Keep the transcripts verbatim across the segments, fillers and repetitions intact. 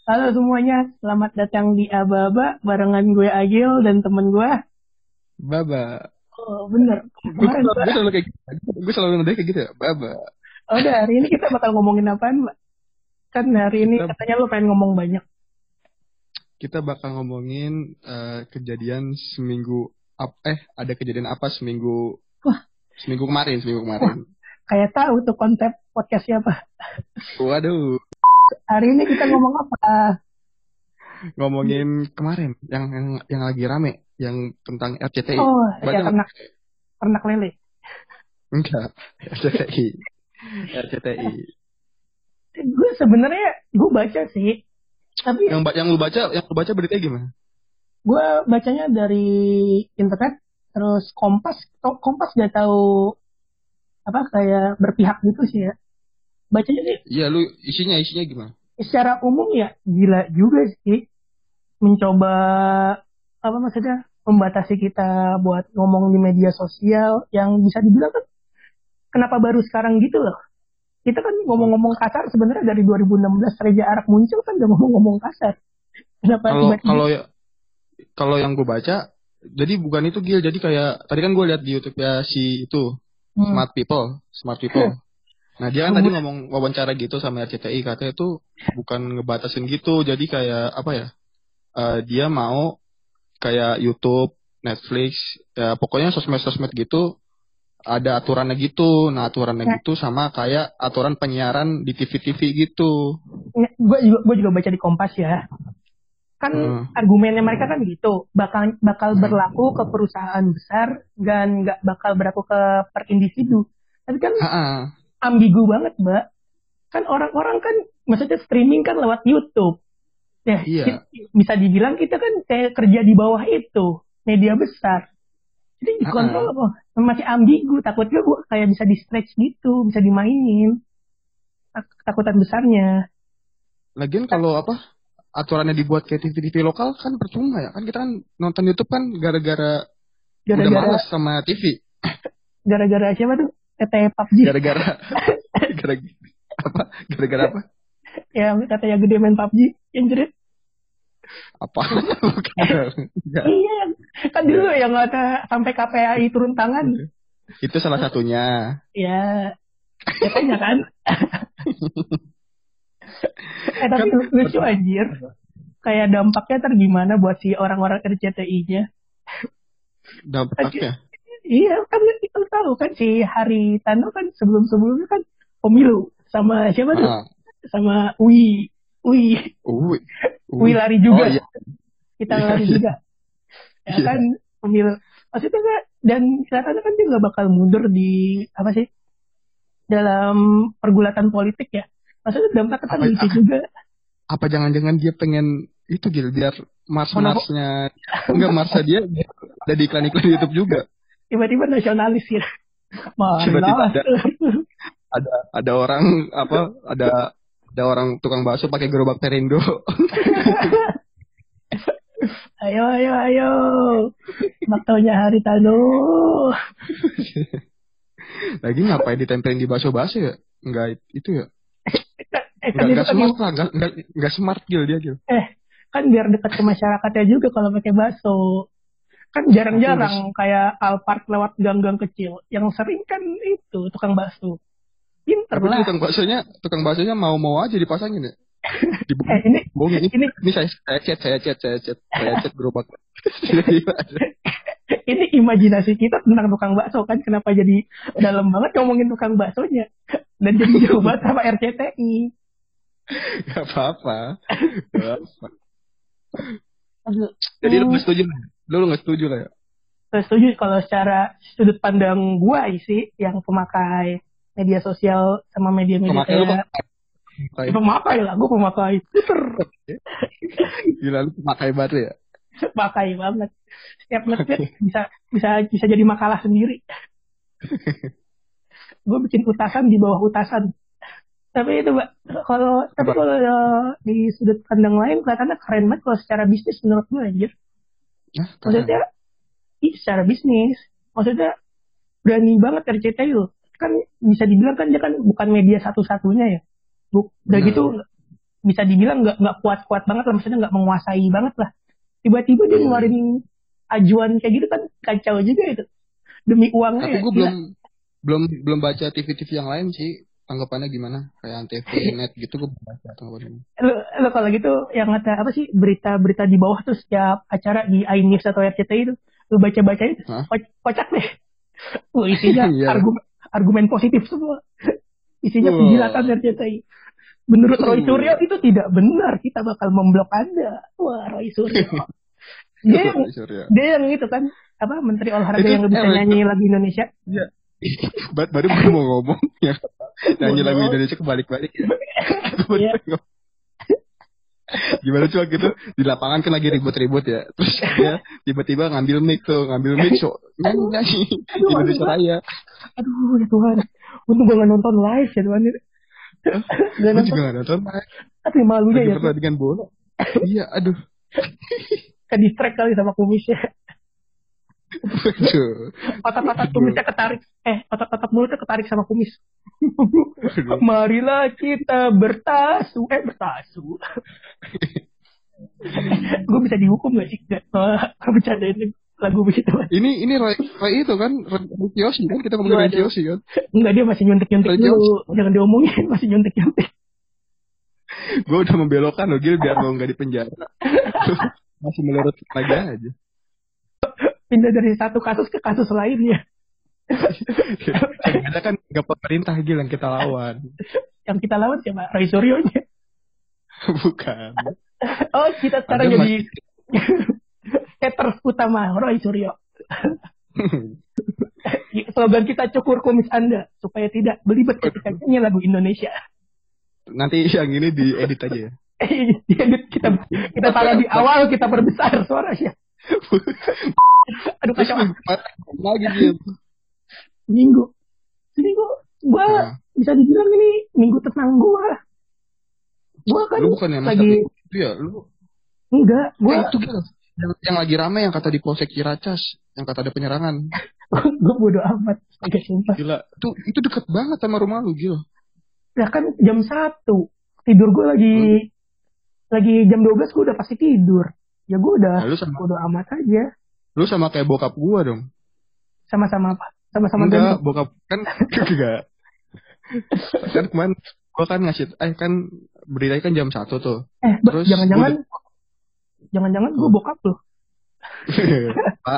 Halo semuanya, selamat datang di Aba-Aba barengan gue Agil dan temen gue. Baba. Oh bener, Gue kemarin gue Mbak. selalu kayak gitu. Gue selalu ngedeck kayak gitu ya. Baba. Oh, udah hari ini kita bakal ngomongin apaan Mbak? Kan hari ini Kita katanya lo pengen ngomong banyak. kita bakal ngomongin eh, kejadian seminggu ap, eh ada kejadian apa seminggu Wah, seminggu kemarin seminggu wah, kemarin. kayak tahu tuh konsep podcast siapa. Waduh, Hari ini kita ngomong apa? ngomongin kemarin yang yang yang lagi rame yang tentang R C T I. Oh Baca ya, nggak? ternak ternak lele. Enggak. R C T I. R C T I. Gue sebenarnya gue baca sih, tapi Yang ba- yang lu baca yang lu baca beritanya gimana? gue bacanya dari internet, terus Kompas. Oh, Kompas gak tahu apa kayak berpihak gitu sih ya. Bacanya sih Iya, lu isinya isinya gimana? secara umum ya gila juga sih, mencoba apa maksudnya membatasi kita buat ngomong di media sosial yang bisa dibilang kan kenapa baru sekarang gitu loh. Kita kan ngomong-ngomong kasar sebenarnya dari dua ribu enam belas Reza Arab muncul kan udah ngomong-ngomong kasar. Kenapa Kalau tiba-tiba? kalau ya kalau yang gue baca, jadi bukan itu Gil. Jadi kayak tadi kan gue lihat di YouTube ya si itu Hmm. Smart People, Smart People. Nah dia kan tadi ngomong wawancara gitu sama R C T I, katanya itu bukan ngebatasin gitu. Jadi kayak apa ya? eh, dia mau kayak YouTube, Netflix, ya pokoknya sosmed-sosmed gitu ada aturannya gitu. Nah aturannya Nah, gitu sama kayak aturan penyiaran di T V-T V gitu. gue juga gue juga baca di Kompas ya. Kan Heeh. argumennya mereka kan gitu, bakal bakal Heeh. berlaku ke perusahaan besar dan nggak bakal berlaku ke per individu. Tapi kan Ha-ha. ambigu banget, Mbak. Kan orang-orang kan maksudnya streaming kan lewat YouTube. Ya, Iya. ki- bisa dibilang kita kan kayak kerja di bawah itu, media besar. Jadi dikontrol Ha-ha. apa? Masih ambigu, takutnya gua kayak bisa di stretch gitu, bisa dimainin. Tak- Ketakutan besarnya. Lagian kalau apa aturannya dibuat kayak T V-T V lokal kan percuma ya. Kan kita kan nonton YouTube kan gara-gara udah Gara-gara males sama T V. gara-gara siapa tuh? T T P U B G. Gara-gara gara apa? Gara-gara apa? Ya katanya gede main P U B G yang jerit. Apa? Bukan. Enggak. Iya, kan dulu yang ada sampai K P A I turun tangan. Itu salah satunya. Ya, katanya kan. Eh tapi Kan lucu anjir. Kayak dampaknya ntar gimana buat si orang-orang R C T I-nya. dampaknya. Iya, kan kita tahu kan si Haritano kan sebelum-sebelumnya kan pemilu sama siapa tuh? Ah, Sama Wi. Wi. Uwi. Wi Uwi. lari Oh juga. iya. Kita Iya, lari iya. juga. Ya Iya. kan pemilu. Maksudnya kan, dan kelihatannya kan dia nggak bakal mundur di apa sih dalam pergulatan politik ya. Maksudnya dampaknya kan Apa lucu ah, juga. apa jangan-jangan dia pengen itu Gil biar Monopo- mars-marsnya enggak marsnya dia biar ada di iklan-iklan YouTube juga. Tiba-tiba nasionalis ya. Tiba-tiba Malah. ada ada ada orang apa ada ada orang tukang bakso pakai gerobak Perindo. Ayo, ayo, ayo. Maktonya Haritano. Lagi ngapain ditempelin di bakso-bakso ya? Enggak itu ya. Eh, kan Enggak itu enggak kan, smart lah, enggak enggak enggak smart Gil dia Gil. eh, kan biar dekat ke masyarakatnya juga kalau pakai bakso. Kan Tapi jarang-jarang udah kayak Alphard lewat gang-gang kecil. Yang sering kan itu tukang bakso. Pinter tapi itu lah. tukang baksonya tukang baksonya mau-mau aja dipasangin ya. Eh, ini, Dibohongin ini, ini, ini saya saya chat saya chat saya chat saya chat gerobak. Tiba-tiba ada. ini imajinasi kita tentang tukang bakso kan. Kenapa jadi dalam banget ngomongin tukang baksonya. Dan jadi jauh banget sama R C T I. Gak apa-apa. Gak apa. Aduh. Jadi lu Hmm, nggak setuju lah. Lu lu nggak setuju lah ya. saya setuju kalau secara sudut pandang gua sih yang pemakai media sosial sama media-media Pemakai lu kayak pemakai. pemakai lah, gue pemakai Twitter, Gila lu pemakai banget ya. pakai banget. Setiap nge-tweet bisa bisa bisa jadi makalah sendiri. Gue bikin utasan di bawah utasan. Tapi itu Mbak, kalau tapi Apa? kalau eh, di sudut pandang lain kelihatannya keren banget kalau secara bisnis menurut gue anjir. Nah, keren. Maksudnya, ih, secara bisnis, maksudnya berani banget R C T I loh. Kan bisa dibilang kan dia kan bukan media satu-satunya ya. Bu, udah Benar. gitu bisa dibilang nggak nggak kuat-kuat banget lah, maksudnya nggak menguasai banget lah. Tiba-tiba dia ngeluarin ajuan kayak gitu kan kacau juga itu. Demi uangnya. Tapi ya, gue gila. belum belum belum baca T V-T V yang lain sih, tanggapannya gimana? Kayak Antv, Net gitu gue belum baca tanggapannya. Lu, lu kalau gitu yang kata apa sih berita-berita di bawah tuh setiap acara di iNews atau R C T I itu lu baca-baca itu Hah? ko- kocak deh. Lu isinya Iya. argumen argumen positif semua. Isinya Wah. penjelasan R C T I. Menurut Roy Uh. Suryo itu tidak benar, kita bakal memblok Anda. Wah, Roy Suryo. Dia yang, Roy Suryo. dia yang itu kan apa menteri olahraga Itu yang bisa eh, nyanyi lagu Indonesia. Iya. Ba- Baru gue mau ngomong ya. Nyanyi lagu Indonesia kebalik-balik ya. Iya. Gimana coba gitu di lapangan kan lagi ribut-ribut ya. Terus dia tiba-tiba ngambil mic tuh, ngambil mic so nyanyi-nyanyi Aduh, Indonesia aduh, Raya. Aduh ya Tuhan. Untung gue gak nonton live ya Tuhan. Gue Gak juga nonton. gak nonton. Tapi malunya Lagi ya. pertandingan bola. Iya, aduh. Ke distract kali sama kumisnya. Aduh. Otak-otak kumisnya ketarik. Eh, otak-otak mulutnya ketarik sama kumis. Aduh. Marilah kita bertasu. Eh, bertasu. Gue bisa dihukum gak sih? Gak, gak bercandain lagu begitu. Ini ini Roy, Roy itu kan Roy Kiyoshi kan, kita ngomongin Roy Kiyoshi kan. Enggak, dia masih nyuntik-nyuntik Roy dulu. Kiyoshi. Jangan diomongin, masih nyuntik-nyuntik. Gue udah membelokkan loh Gil biar lo gak di penjara. Masih melurut lagi aja. Pindah dari satu kasus ke kasus lainnya. Yang ada kan gak pemerintah Gil yang kita lawan. Yang kita lawan siapa? Roy Suryo-nya. Bukan. Oh, kita sekarang Ada jadi haters utama Roy Suryo. Slogan kita cukur kumis Anda supaya tidak belibet ketika nyanyi lagu Indonesia. Nanti yang ini diedit aja ya. Diedit kita kita taruh di awal, kita perbesar suaranya. Aduh kacau. Lagi gitu. Minggu. Minggu gua Nah. bisa dibilang ini minggu tenang gua. Gua kan Lu bukan yang lagi itu ya, lu enggak, gua eh, itu Gil. Yang, yang lagi rame yang kata di Polsek Ciracas, yang kata ada penyerangan. gua bodo amat, agak sumpah. Gila, itu itu deket banget sama rumah lu, Gil. Ya kan jam satu tidur gua lagi hmm. lagi jam dua belas gua udah pasti tidur. Ya gua udah nah, lu sama, bodo amat aja. Lu sama kayak bokap gua dong. Sama-sama apa? Sama-sama enggak, ganteng. bokap kan enggak. Kan kemarin gua kan ngasih eh kan beritanya kan jam satu tuh. Eh, terus jangan-jangan gua... jangan-jangan gua bokap lu. Pak.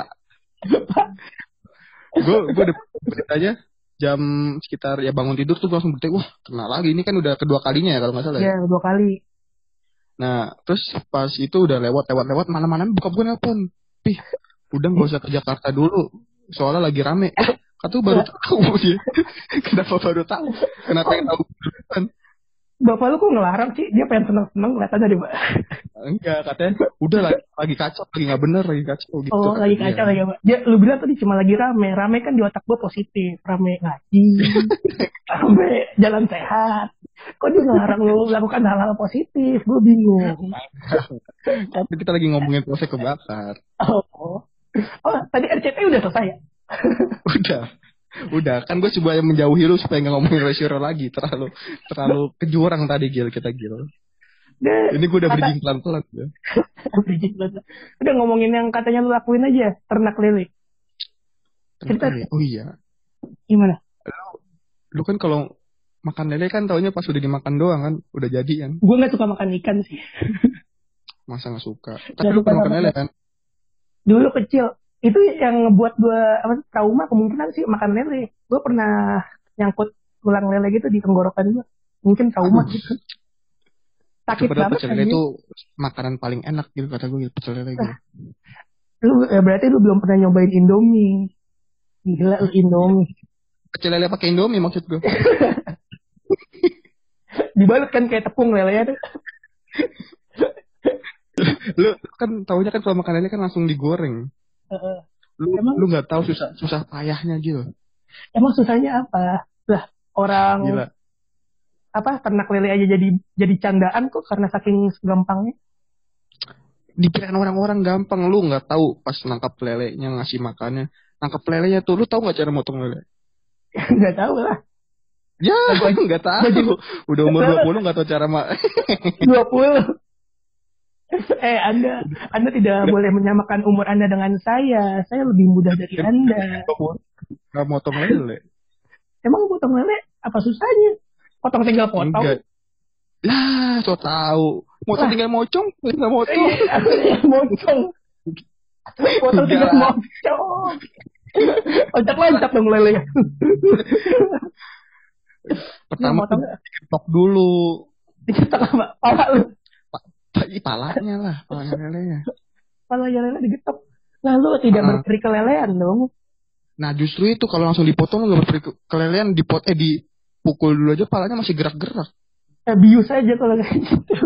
Gue gue udah beritanya jam sekitar ya bangun tidur tuh langsung berita, wah kena lagi, ini kan udah kedua kalinya ya kalau nggak salah ya. Iya, dua kali. Nah terus pas itu udah lewat lewat lewat malam-malam bokap gue nelpon, pih udah nggak usah ke Jakarta dulu soalnya lagi rame. Kata baru tahu dia. Kenapa baru tahu? Kenapa yang tahu kan? Bapak lu kok ngelarang sih? Dia pengen seneng-seneng kelihatannya deh, Mbak. Enggak, katanya udah lagi, lagi kacau, lagi nggak bener, lagi kacau gitu. Oh, lagi kacau lagi, Mbak. Dia lu bilang tadi cuma lagi rame. Rame kan di otak gua positif. Rame ngaji. Rame jalan sehat. Kok dia ngelarang lu melakukan hal-hal positif? Gua bingung. Tapi kita lagi ngomongin proses kebakar. Oh. Oh, tadi R C T I udah selesai ya? Udah. Udah, kan gue coba yang menjauhi lu supaya nggak ngomongin Resiro lagi. Terlalu terlalu ke jurang tadi, Gil, kita Gil. Udah, ini gue udah kata... bridging pelan-pelan ya. Bridging pelan-pelan. Udah ngomongin yang katanya lu lakuin aja, ternak lele. Cerita. Oh iya. Gimana? Lu, lu kan kalau makan lele kan taunya pas udah dimakan doang kan, udah jadi kan. Gue nggak suka makan ikan sih. Masa nggak suka? Tapi lu pernah makan lele kan? Dulu kecil. Itu yang ngebuat gue apa, trauma kemungkinan sih makan lele. Gue pernah nyangkut tulang lele gitu di tenggorokan gue. Mungkin trauma Aduh. Gitu. Sakit Padahal banget. Pecel lele itu makanan paling enak gitu kata gue, pecel lele gitu. Lu ya berarti lu belum pernah nyobain Indomie. Gila lu Indomie. Pecel lele pakai Indomie maksud gue. Dibalut kan kayak tepung lelenya tuh. Lu kan taunya kan kalau makan lele kan langsung digoreng. Uh, lu emang, lu nggak tahu susah susah payahnya gitu. Emang susahnya apa? Lah orang Gila. Apa ternak lele aja jadi jadi candaan kok karena saking gampangnya. Dikirain orang-orang gampang, lu nggak tahu pas nangkap lelenya ngasih makannya. Nangkap lelenya tuh lu tahu nggak cara motong lele? Nggak tahu lah. Ya, nggak tahu. Udah umur dua puluh nggak tahu cara mak. dua puluh. Eh, Anda Anda tidak boleh menyamakan umur Anda dengan saya. Saya lebih muda dari Anda. Nggak motong lele. Emang potong lele apa susahnya? Potong tinggal potong. Enggak. Lah, so tahu. Motong tinggal mocong, tinggal motong. Mocong. Potong tinggal mocong. Loncat-loncat dong lele. Pertama tuh diketok dulu. Diketok apa? Pala lu. Ih, palanya lah, palanya lelenya. Palanya lele digetok. Lalu tidak uh. berperi kelelean dong. Nah justru itu kalau langsung dipotong nggak berperi kelelean, dipot eh dipukul dulu aja palanya masih gerak-gerak. Eh, bius aja kalau kayak gitu.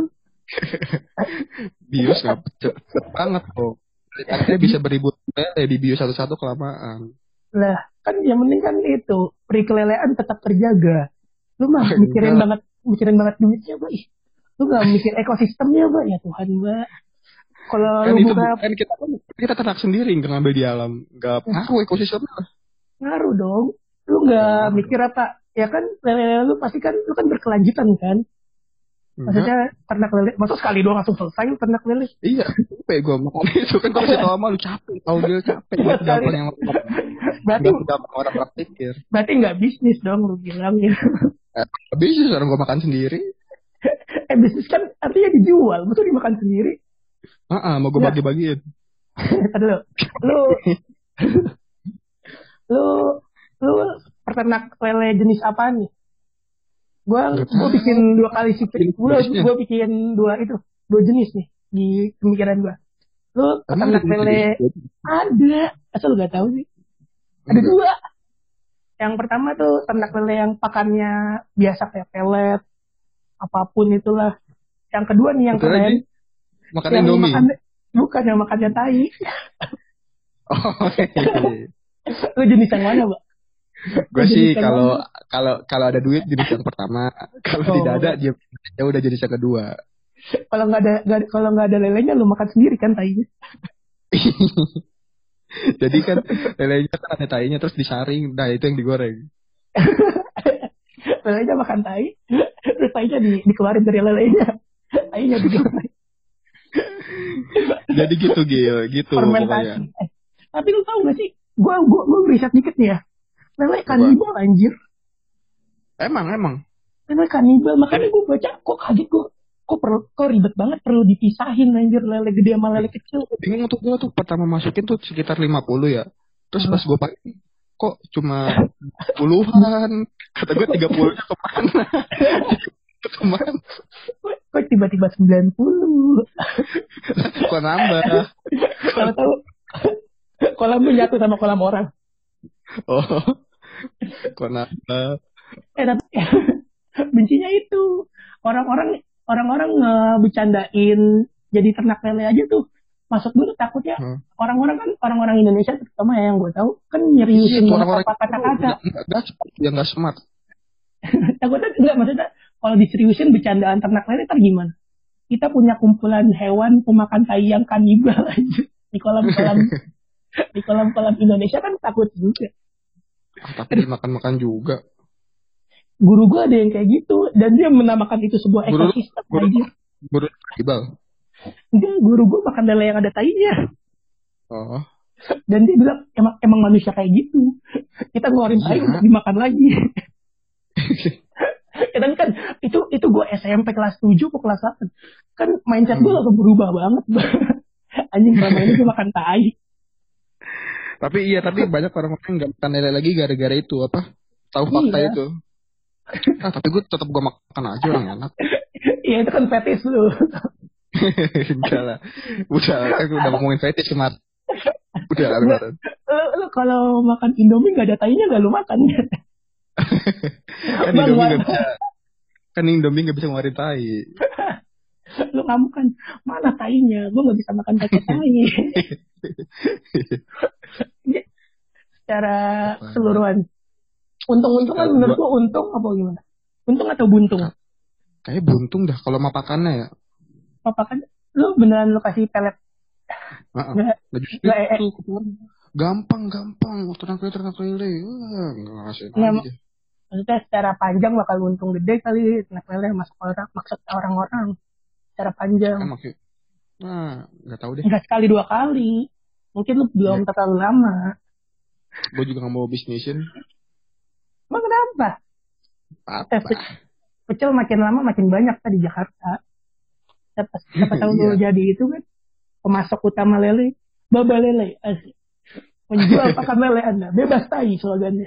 Bius nggak cepet banget kok. Akhirnya bisa beribu lele di bius satu-satu kelamaan. Lah kan yang penting kan itu peri kelelean tetap terjaga. Lu mah oh, mikirin enggak. banget mikirin banget duitnya, Mbak. Lu gak mikir ekosistemnya, Mbak. Ya Tuhan, Mbak. Kalau kan lu itu buka kan kita kita ternak sendiri nggak ngambil di alam, nggak ngaruh ekosistemnya. Ngaruh dong. Lu nggak nah, mikir apa? Ya kan lele lu pasti kan lu kan berkelanjutan kan. Maksudnya ternak lele, maksud sekali doang langsung selesai lu ternak lele. Iya, capek gue makan itu kan kalau kita lama lu capek, tahu dia capek. Gampang yang berarti gampang orang praktikir. Berarti nggak bisnis dong lu bilang ya. Eh, bisnis orang gue makan sendiri. eh bisnis kan artinya dijual, betul dimakan sendiri. Ah, uh-uh, mau gue bagi-bagiin. Tadi lu, lu, lu, lu peternak lele jenis apa nih? Gua, gua bikin dua kali sih, gua, gua bikin dua itu, dua jenis nih di pemikiran gua. Lu peternak lele ada, asal lu gak tahu sih. Ada Enggak. dua. Yang pertama tuh ternak lele yang pakannya biasa kayak pelet, apapun itulah. Yang kedua nih yang Betul keren. Aja. Makan yang Indomie. Makan, bukan yang makannya tai. Oh, okay. Lu jenis yang mana, Mbak? Gue sih kalau kalau kalau ada duit jenis yang pertama, kalau oh. tidak ada dia ya udah jenis yang kedua. Kalau nggak ada gak, kalau nggak ada lelenya lu makan sendiri kan tainya. Jadi kan lelenya kan ada tainya terus disaring, nah itu yang digoreng. Lelenya makan tai, terus tainya di, dikeluarin dari lelenya, tainya digoreng. Jadi gitu Gil, gitu pokoknya. Eh, tapi lu tahu gak sih, gue gue gue riset dikit nih ya, lele kanibal anjir. Emang emang. Lele kanibal, makanya gue baca kok kaget gue, kok perlu, kok ribet banget perlu dipisahin anjir lele gede sama lele kecil. Bingung tuh gue tuh pertama masukin tuh sekitar lima puluh ya, terus hmm. pas gue pakai kok cuma puluhan, kata gue tiga puluhnya kemana? Kemana? Kok tiba-tiba sembilan puluh? Kok nambah? Kalau tahu kolam lu nyatu sama kolam orang. Oh, kok nambah? Eh tapi bencinya itu orang-orang orang-orang ngebecandain jadi ternak lele aja tuh masuk dulu takutnya hmm. orang-orang kan orang-orang Indonesia terutama ya yang gue tahu kan nyeriusin orang-orang kata-kata. Nggak smart, ya nggak smart. Takutnya enggak maksudnya kalau diseriusin bercandaan ternak lele ntar gimana? Kita punya kumpulan hewan pemakan tai yang kanibal aja di kolam-kolam di kolam-kolam Indonesia kan takut juga. Ah, tapi dimakan-makan juga. Guru gue ada yang kayak gitu dan dia menamakan itu sebuah guru, ekosistem guru, aja. Guru kanibal. Enggak, guru gue makan lele yang ada tainya. Oh. Dan dia bilang emang emang manusia kayak gitu. Kita ngeluarin tai untuk dimakan lagi. Dan kan itu itu gue S M P kelas tujuh atau kelas delapan kan mindset gue langsung berubah banget. Anjing selama ini gue makan tai. Tapi iya tapi banyak orang-orang nggak makan lele lagi gara-gara itu apa tahu fakta iya. itu. Ah tapi gue tetap gue makan aja orang enak. Iya itu kan fetis lu. Enggak lah. Udah aku udah ngomongin fetis Mat. Udah lah. Lu kalau makan Indomie nggak ada tainya nggak lu makan ya? Kan Indomie nggak bisa kan Indomie nggak bisa ngeluarin tai. Lu kamu kan mana tainya? Gue nggak bisa makan pakai tai. Secara keseluruhan, untung-untungan menurut lu untung apa gimana? Untung atau buntung? Kayak buntung dah kalau mapakannya ya. Mapakan, lu beneran lu kasih pelet? Nggak, nggak itu gampang gampang ternak lele ternak lele nggak ngasih aja. Maksudnya secara panjang bakal untung gede kali snack lele masuk orang, maksud orang-orang secara panjang. Kan maksud, nah nggak tahu deh. Enggak sekali dua kali. Mungkin lu belum Ya. terlalu lama. Gue juga nggak mau bisnisin. Emang kenapa? Apa? Eh, pecel makin lama makin banyak kan di Jakarta. Siapa, siapa tahu lu Iya. jadi itu kan pemasok utama lele, Baba Lele. Asik. Menjual pakan lele Anda, bebas tai slogannya.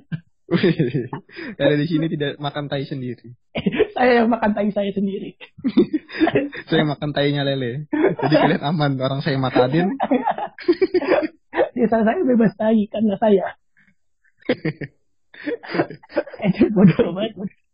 Ada di sini tidak makan tai sendiri. Saya yang makan tai saya sendiri. Saya makan tainya lele. Jadi kalian aman, orang saya makanin. Desa saya bebas tai karena saya. Itu bodoh banget.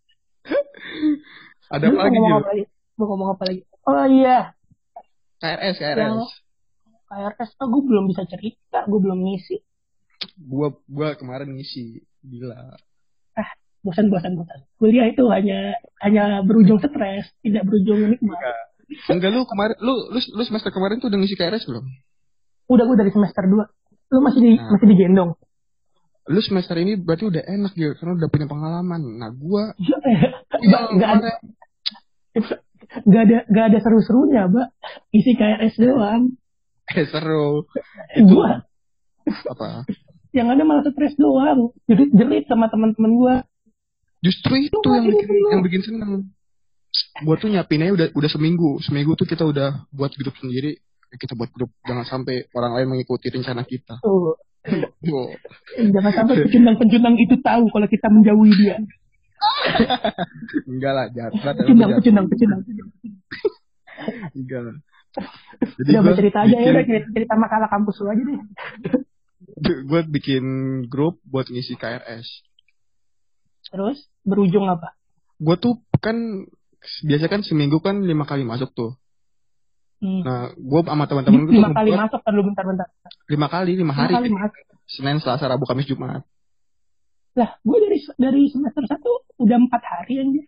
Ada apa lagi, Mau Gil? ngomong apa lagi? Mau ngomong apa lagi? Oh iya, K R S, K R S. K R S tuh gue belum bisa cerita, gue belum ngisi. Gua gua kemarin ngisi, gila. Ah, bosan bosan bosan. Kuliah itu hanya hanya berujung stres, tidak berujung nikmat. Enggak. Enggak lu kemarin lu, lu lu semester kemarin tuh udah ngisi K R S belum? Udah gue dari semester dua. Lu masih di Nah. masih digendong. Lu semester ini berarti udah enak ya karena udah punya pengalaman. Nah, gua Enggak enggak ada enggak ada enggak ada seru-serunya, Mbak. Isi K R S doang. eh seru. Itu Gua apa? yang ada malah stres doang. Jadi jerit sama teman-teman gua. Justru itu yang bikin yang bikin seneng. Gua tuh nyapinnya udah udah seminggu. Seminggu tuh kita udah buat grup sendiri. Kita buat grup, jangan sampai orang lain mengikuti rencana kita. Tuh. Oh. Jangan sampai pecundang-pecundang itu tahu kalau kita menjauhi dia. Enggak lah, jahat banget. Pecundang, pecundang, pecundang. Enggak lah. Jadi Udah gua bercerita aja ya, bikin- udah cerita, cerita makalah kampus lu aja deh. gue bikin grup buat ngisi K R S. Terus berujung apa? Gue tuh kan biasa kan seminggu kan lima kali masuk tuh. Hmm. Nah, gue sama teman-teman gue Lima tuh kali ngebuat masuk kan lu bentar-bentar. lima kali, lima Lima hari. kali masuk. Senin, Selasa, Rabu, Kamis, Jumat. Lah, gue dari dari semester satu udah empat hari aja.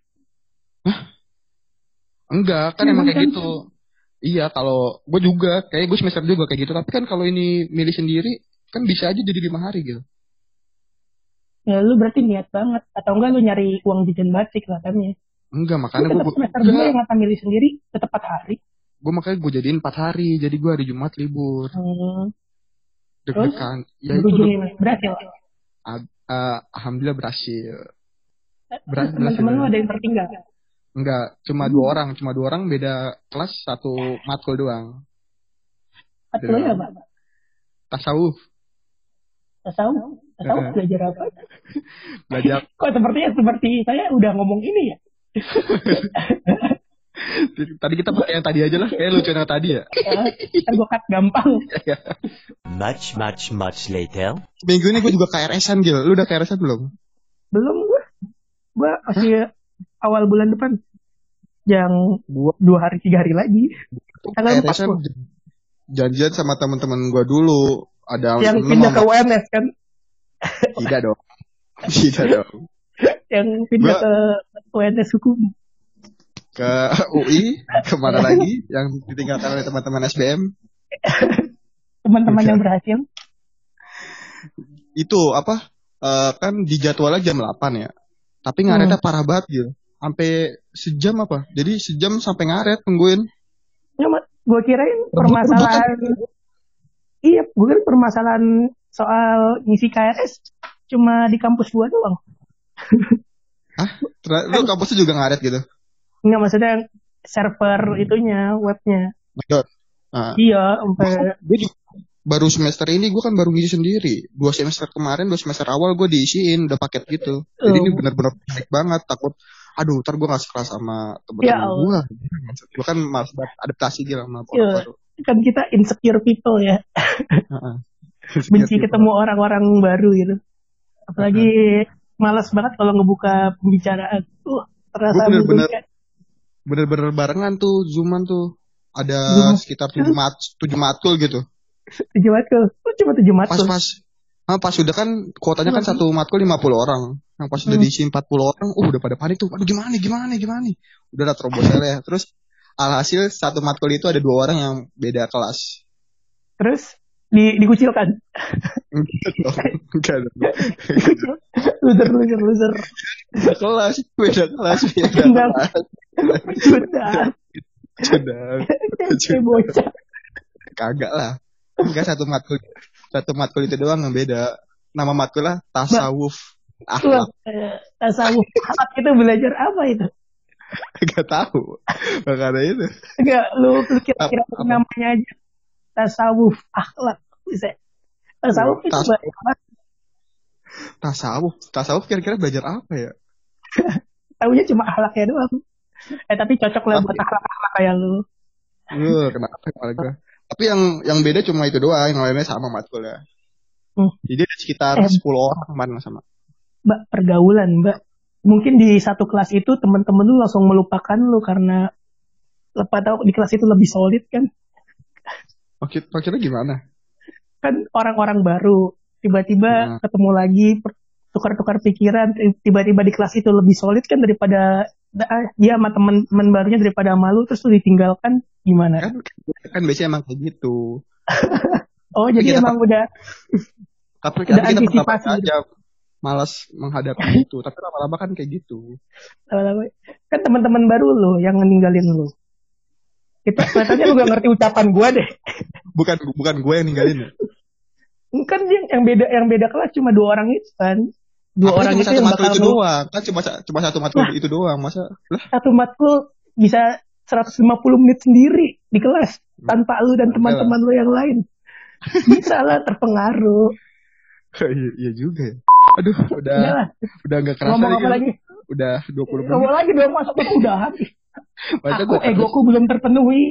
Enggak, kan Ya, emang kan? kayak gitu. Iya, kalau gue juga, kayak gue semester juga kayak gitu. Tapi kan kalau ini milih sendiri, kan bisa aja jadi lima hari gitu. Ya lu berarti niat banget. Atau enggak lu nyari uang jajan batik lah kan ya. Enggak, makanya Lu gue tetap semester dua yang akan milih sendiri tetap empat hari. gue makanya gue jadiin empat hari. Jadi gue hari Jumat libur. Hmm. Deg-degan. Ya itu Berujung deg- ini berhasil. uh, alhamdulillah berhasil. Berhasil, Teman-teman lu berhasil. ada yang tertinggal. Enggak, cuma dua orang, cuma dua orang beda kelas satu matkul doang. Atau ya apa? Tasawuf, Tahu? Tahu Eh. belajar apa? belajar. Kok sepertinya seperti saya udah ngomong ini ya? Tadi kita pakai yang tadi aja lah, kayak lucu yang tadi ya. Kan gue cut gampang. Much, much, much later. Minggu ini gue juga K R S-an, Gil. Lu udah K R S-an belum? Belum gue. Gue masih awal bulan depan. Yang Gua dua hari tiga hari lagi. K Tanggal R empat S-an gua. janjian sama teman-teman gue dulu. Ada Yang lu pindah mau ke nggak? U N S kan. Tidak dong. Tidak dong. Yang pindah Gua- ke U N S hukum. Ke U I, kemana lagi? Yang ditinggalkan oleh teman-teman S B M. Teman-teman yang berhasil. Itu apa? Eh, kan dijadwalnya jam delapan ya. Tapi ngaretnya parah banget gitu. Sampai sejam apa? Jadi sejam sampai ngaret tungguin. Ya, gue kirain permasalahan. Iya, gue kira permasalahan soal ngisi K R S cuma di kampus gue doang. Terus lu kampusnya juga ngaret gitu. Enggak, maksudnya server itunya, webnya. Dot. Nah, Iya, sampai gue juga baru semester ini gue kan baru ngisi sendiri. Dua semester kemarin, dua semester awal gue diisiin udah paket gitu. Jadi ini Oh. benar-benar baik banget. Takut, aduh, ntar gue gak sekelas sama Ya temen-temen gue. Gue kan malas banget adaptasi gitu sama orang Iya. baru. kan kita insecure people ya, Heeh. benci ketemu orang-orang baru gitu. Apalagi malas banget kalau ngebuka pembicaraan. Uh, terasa Gua bener-bener- menggugah. Bener-bener barengan tuh Zooman tuh. Ada Zoom. sekitar tujuh mat tujuh matkul gitu. Tujuh matkul. Lu cuma tujuh matkul. Pas-pas. Nah, pas udah kan kuotanya kan Masih. satu matkul lima puluh orang. Yang pas udah Hmm. diisi empat puluh orang, uh udah pada panik tuh. Aduh gimana nih, gimana nih, gimana nih. Udah lah terobos aja ya. Terus alhasil satu matkul itu ada dua orang yang beda kelas. Terus Di dikucilkan. Enggak dong. Enggak dong. Loser, loser, loser. Beda kelas, beda kelas, beda Enggak. kelas. Sudah. Sudah. Kayak bocah. Kagak lah. Enggak satu matkul. Satu matkul itu doang yang beda. Nama matkulnya tasawuf. Wah, Akhlak. eh, tasawuf akhlak itu belajar apa itu? Enggak tahu. Makanya itu. Enggak, lu, lu kira-kira Apa- apa? namanya aja. Tasawuf akhlak. Bisa. Tasawuf itu Tas- banyak banget. Tasawuf. Tasawuf kira-kira belajar apa ya? Taunya cuma akhlaknya doang. Eh tapi cocok lah Tapi- buat akhlak-akhlak kayak lu. Gue kenapa kepala gue. Tapi yang yang beda cuma itu doang, yang lainnya sama matkulnya. Hmm. Jadi ada sekitar Eh. sepuluh orang man sama. Mbak, pergaulan, Mbak. Mungkin di satu kelas itu teman-teman lu langsung melupakan lu karena lepas tahu di kelas itu lebih solid kan. Maksud maksudnya gimana? Kan orang-orang baru tiba-tiba Hmm. ketemu lagi per- tukar-tukar pikiran, tiba-tiba di kelas itu lebih solid kan daripada ah, dia sama teman-teman barunya daripada sama lu, terus lu ditinggalkan gimana? Kan kan biasanya emang kayak gitu. Oh, jadi kita- emang udah Tapi Udah kan kita pertama antisipasi gitu. aja malas menghadapi itu. Tapi lama-lama kan kayak gitu. lama-lama kan teman-teman baru lu yang ninggalin lu. Kita kelihatannya lu gak ngerti ucapan gua deh. Bukan bukan gue yang ninggalin ya. Kan yang, yang beda yang beda kelas cuma dua orang itu kan. Dua Tapi orang cuma itu satu yang matkul bakal itu lu- doang. Kan cuma sa- cuma satu matkul itu doang. Masa lah satu matkul bisa seratus lima puluh menit sendiri di kelas tanpa lu dan Enggak teman-teman lu yang lain. Bisa lah terpengaruh. iya, iya juga ya. Aduh, udah Udah lah, udah enggak kerasa ngomong nih apa kan. lagi? Udah dua puluh Ngomong menit. lagi dong, masa udah habis. Masa Aku gua egoku belum terpenuhi.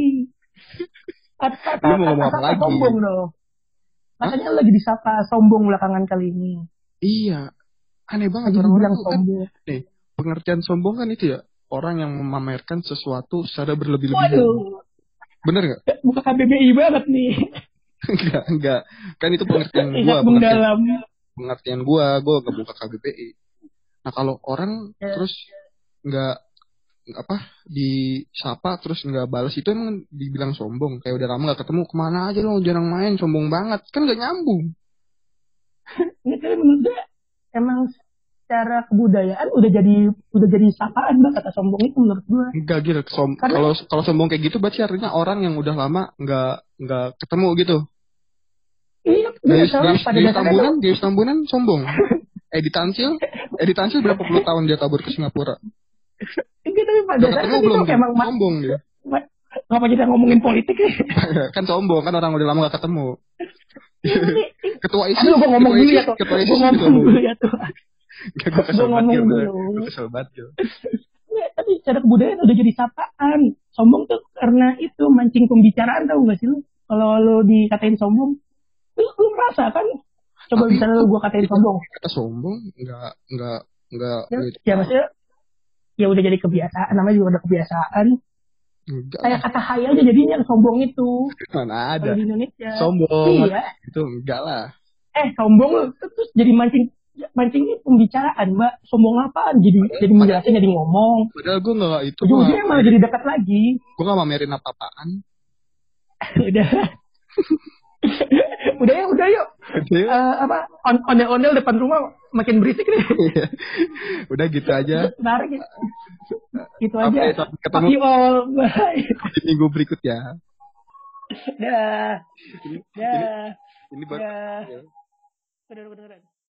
Kata, Lu mau ngomong apa kata lagi? sombong dong. Katanya lagi disapa sombong belakangan kali ini. Iya. Aneh banget Lagi orang-orang dibilang tuh kan. sombong. Nih, pengertian sombong kan itu ya. Orang yang memamerkan sesuatu secara berlebih-lebihan. Waduh, Bener gak? bukan K B B I banget nih. Enggak, enggak. Kan itu pengertian gua, Ingat pengertian, mendalam. pengertian gua, gua gak buka K B B I. Nah, kalau orang Ya. terus enggak apa disapa terus nggak balas itu emang dibilang sombong. Kayak udah lama gak ketemu, kemana aja lo, jarang main, sombong banget. Kan gak nyambung. Ini kan menurut gue emang secara kebudayaan udah jadi udah jadi sapaan banget kata sombong itu menurut gue. Enggak gitu. Som- Karena- kalau kalau sombong kayak gitu berarti artinya orang yang udah lama nggak nggak ketemu gitu. Iya, Gayus salah Gayus pada Gayus dasarnya Tambunan, tuh- Gayus Tambunan sombong. Edi Tansil, Edi Tansil berapa puluh tahun dia kabur ke Singapura. Iya, tapi pada Udah dasarnya ketemu itu belum dia? emang ma- Sombong dia. ma- ngapa kita ngomongin politik ya? Kan sombong kan orang udah lama gak ketemu. Ketua I S I S, Aduh, gue ngomong ketua dulu I S I S, ya tuh. ketua I S I Gue S ngomong gitu. dulu ya tuh. Gak, gue kesel Gua banget ngomong Gil. dulu. Gue kesel banget Gil. Ya, tapi secara kebudayaan udah jadi sapaan. Sombong tuh karena itu mancing pembicaraan tau gak sih lu? Kalau lu dikatain sombong, lu, lu merasa kan? Coba Tapi- misalnya lu gua katain sombong. Kata sombong nggak nggak nggak Ya, gitu. ya maksudnya ya udah jadi kebiasaan, namanya juga udah kebiasaan. Enggak Kayak kata hai aja jadinya sombong itu. mana ada Kalau di Indonesia. sombong Iya. itu enggak lah. Eh sombong lu terus jadi mancing mancing pembicaraan, Mbak. Sombong apaan? Jadi jadi menjelasin jadi ngomong. Padahal gue nggak itu gue Ujung-ujungnya malah jadi dekat lagi. gue nggak mamerin apa-apaan. Udah. Udah ya, udah yuk. Eh, apa on ondel-ondel depan rumah makin berisik nih. Udah gitu aja. Tarik ya. Itu Oke, aja. sampai Fuck ketemu you all. Bye. di minggu berikutnya. Dah. Ini, ini, Dah. ini baru Dah. ya. Bener-bener.